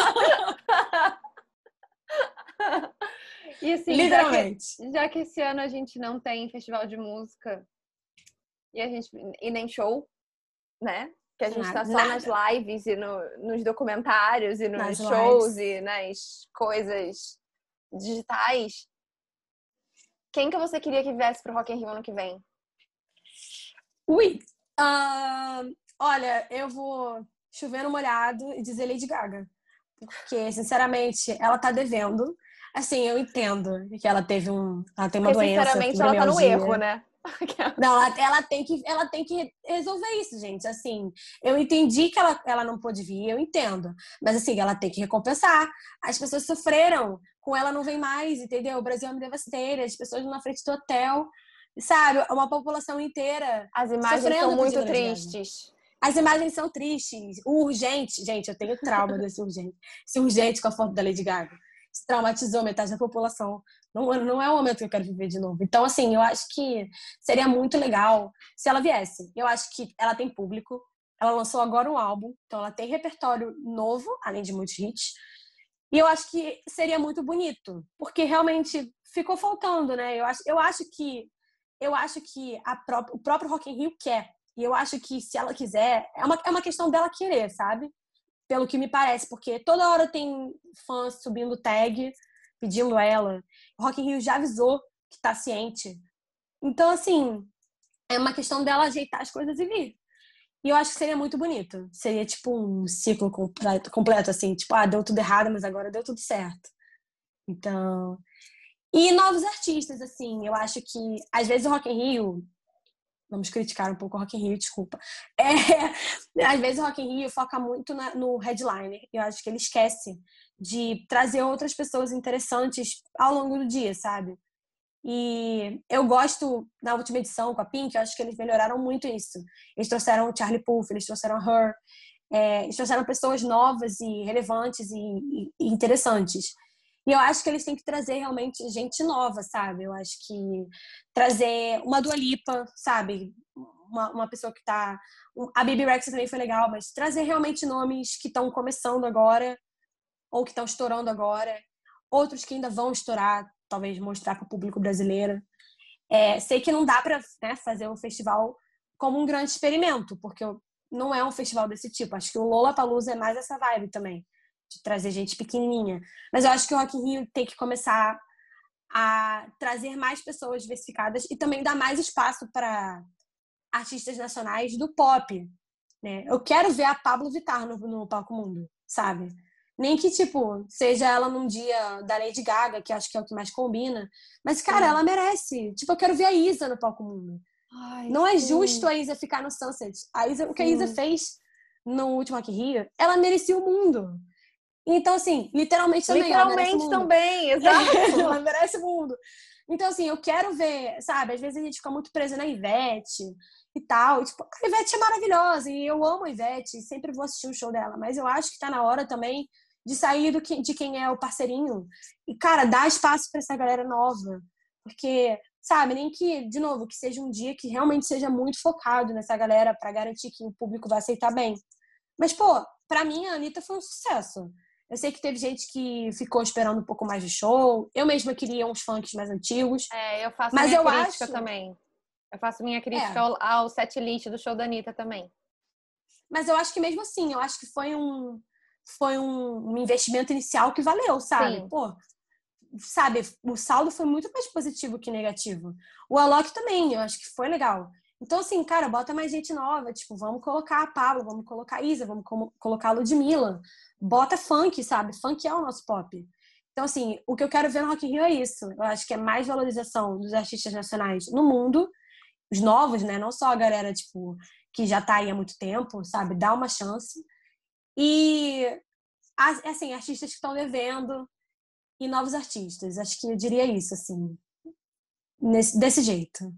E assim, Literalmente. Já que, já que esse ano a gente não tem festival de música e, a gente, e nem show, né? Que a gente nada, tá só nada. nas lives e no, nos documentários e nos nas shows lives. E nas coisas digitais. Quem que você queria que viesse pro Rock in Rio ano que vem? Ui! Uh, olha, eu vou chover no molhado e dizer Lady Gaga. Porque, sinceramente, ela tá devendo. Assim, eu entendo que ela teve um... Ela tem uma porque, doença. Sinceramente, ela tá no erro, né? Não, ela, ela, tem que, ela tem que resolver isso, gente. Assim, eu entendi que ela, ela não pôde vir, eu entendo. Mas, assim, ela tem que recompensar. As pessoas sofreram, com ela não vem mais, entendeu? O Brasil é uma devasteira, as pessoas na frente do hotel, sabe? Uma população inteira. As imagens são muito tristes. As imagens são tristes. O Urgente, gente, eu tenho trauma desse Urgente. Esse Urgente com a foto da Lady Gaga. Isso traumatizou metade da população. Não, não é o momento que eu quero viver de novo. Então, assim, eu acho que seria muito legal se ela viesse. Eu acho que ela tem público. Ela lançou agora um álbum. Então, ela tem repertório novo, além de muitos hits. E eu acho que seria muito bonito. Porque, realmente, ficou faltando, né? Eu acho, eu acho que, eu acho que a pró- o próprio Rock in Rio quer. E eu acho que, se ela quiser... É uma, é uma questão dela querer, sabe? Pelo que me parece. Porque toda hora tem fãs subindo tag, pedindo ela. O Rock in Rio já avisou que tá ciente. Então, assim, é uma questão dela ajeitar as coisas e vir. E eu acho que seria muito bonito. Seria, tipo, um ciclo completo, completo assim. Tipo, ah, deu tudo errado, mas agora deu tudo certo. Então... E novos artistas, assim. Eu acho que, às vezes, o Rock in Rio... Vamos criticar um pouco o Rock in Rio, desculpa. É, às vezes o Rock in Rio foca muito na, no headliner. Eu acho que ele esquece de trazer outras pessoas interessantes ao longo do dia, sabe? E eu gosto, na última edição com a Pink, eu acho que eles melhoraram muito isso. Eles trouxeram o Charlie Puth, eles trouxeram a Her, é, eles trouxeram pessoas novas e relevantes e, e, e interessantes. E eu acho que eles têm que trazer realmente gente nova, sabe? Eu acho que trazer uma Dua Lipa, sabe? Uma, uma pessoa que tá... A Bibi Rexha também foi legal, mas trazer realmente nomes que estão começando agora ou que estão estourando agora. Outros que ainda vão estourar, talvez mostrar para o público brasileiro. É, sei que não dá pra, né, fazer um festival como um grande experimento, porque não é um festival desse tipo. Acho que o Lollapalooza é mais essa vibe também, de trazer gente pequenininha. Mas eu acho que o Rock in Rio tem que começar a trazer mais pessoas diversificadas e também dar mais espaço para artistas nacionais do pop, né? Eu quero ver a Pablo Vittar no, no Palco Mundo, sabe? Nem que, tipo, seja ela num dia da Lady Gaga, que acho que é o que mais combina. Mas, cara, sim, ela merece. Tipo, eu quero ver a Isa no Palco Mundo. Ai, não sim. é justo a Isa ficar no Sunset. A Isa, o que a Isa fez no último Rock in Rio, ela merecia o mundo. Então, assim, literalmente também. Literalmente ela também, exato. Ela merece o mundo. Então, assim, eu quero ver, sabe? Às vezes a gente fica muito presa na Ivete e tal. E, tipo, a Ivete é maravilhosa e eu amo a Ivete e sempre vou assistir o show dela. Mas eu acho que tá na hora também de sair do que, de quem é o parceirinho. E, cara, dar espaço pra essa galera nova. Porque, sabe, nem que, de novo, que seja um dia que realmente seja muito focado nessa galera pra garantir que o público vai aceitar bem. Mas, pô, pra mim a Anitta foi um sucesso. Eu sei que teve gente que ficou esperando um pouco mais de show. Eu mesma queria uns funks mais antigos. É, eu faço mas minha eu crítica acho... também. Eu faço minha crítica é. ao, ao setlist do show da Anitta também. Mas eu acho que mesmo assim, eu acho que foi um, foi um, um investimento inicial que valeu, sabe? Sim. Pô, sabe, o saldo foi muito mais positivo que negativo. O Alok também, eu acho que foi legal. Então, assim, cara, bota mais gente nova. Tipo, vamos colocar a Pablo, vamos colocar a Isa, vamos co- colocar a Ludmilla. Bota funk, sabe? Funk é o nosso pop. Então, assim, o que eu quero ver no Rock in Rio é isso. Eu acho que é mais valorização dos artistas nacionais no mundo. Os novos, né? Não só a galera, tipo, que já tá aí há muito tempo, sabe? Dá uma chance. E, assim, artistas que estão devendo e novos artistas. Acho que eu diria isso, assim. Nesse, desse jeito.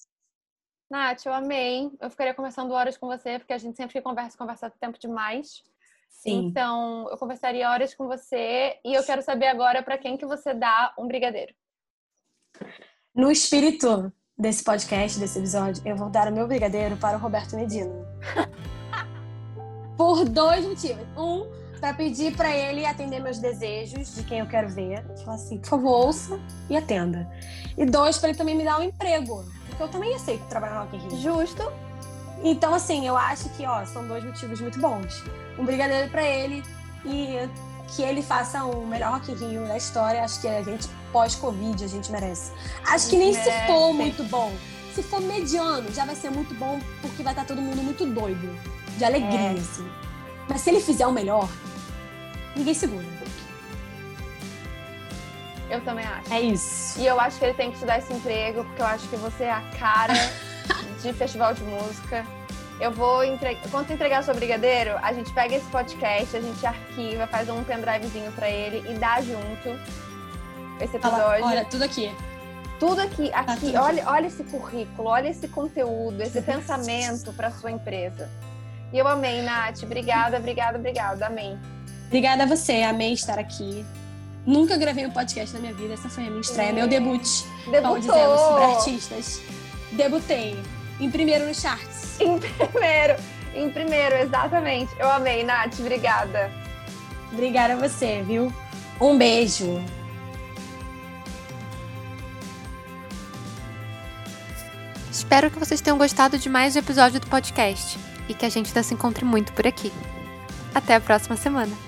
Nath, eu amei. Eu ficaria conversando horas com você, porque a gente sempre conversa, conversa tempo demais. Sim. Então, eu conversaria horas com você e eu quero saber agora para quem que você dá um brigadeiro. No espírito desse podcast, desse episódio, eu vou dar o meu brigadeiro para o Roberto Medina. Por dois motivos. Um, para pedir para ele atender meus desejos de quem eu quero ver. Falar assim, por favor, ouça e atenda. E dois, para ele também me dar um emprego. Porque eu também aceito trabalhar no Rock in Rio. Justo. Então, assim, eu acho que, ó, são dois motivos muito bons. Um brigadeiro pra ele e que ele faça o melhor Rock in Rio da história. Acho que a gente, pós-Covid, a gente merece. Acho que nem se for muito bom. Se for mediano, já vai ser muito bom, porque vai estar todo mundo muito doido. De alegria, é. assim. Mas se ele fizer o melhor, ninguém segura. Eu também acho. É isso. E eu acho que ele tem que te dar esse emprego, porque eu acho que você é a cara de festival de música. Eu vou entregar. Quando você entregar o seu brigadeiro, a gente pega esse podcast, a gente arquiva, faz um pendrivezinho pra ele e dá junto esse episódio. Olha, tudo aqui. Tudo aqui, aqui. Ah, tudo olha, aqui. olha esse currículo, olha esse conteúdo, esse pensamento pra sua empresa. E eu amei, Nath. Obrigada, obrigada, obrigada. Amei. Obrigada a você, amei estar aqui. Nunca gravei um podcast na minha vida, essa foi a minha estreia, é. meu debut. Debutou! Como dizemos sobre artistas. Debutei. Em primeiro no charts. Em primeiro, em primeiro, exatamente. Eu amei, Nath, obrigada. Obrigada a você, viu? Um beijo. Espero que vocês tenham gostado de mais um episódio do podcast e que a gente ainda se encontre muito por aqui. Até a próxima semana.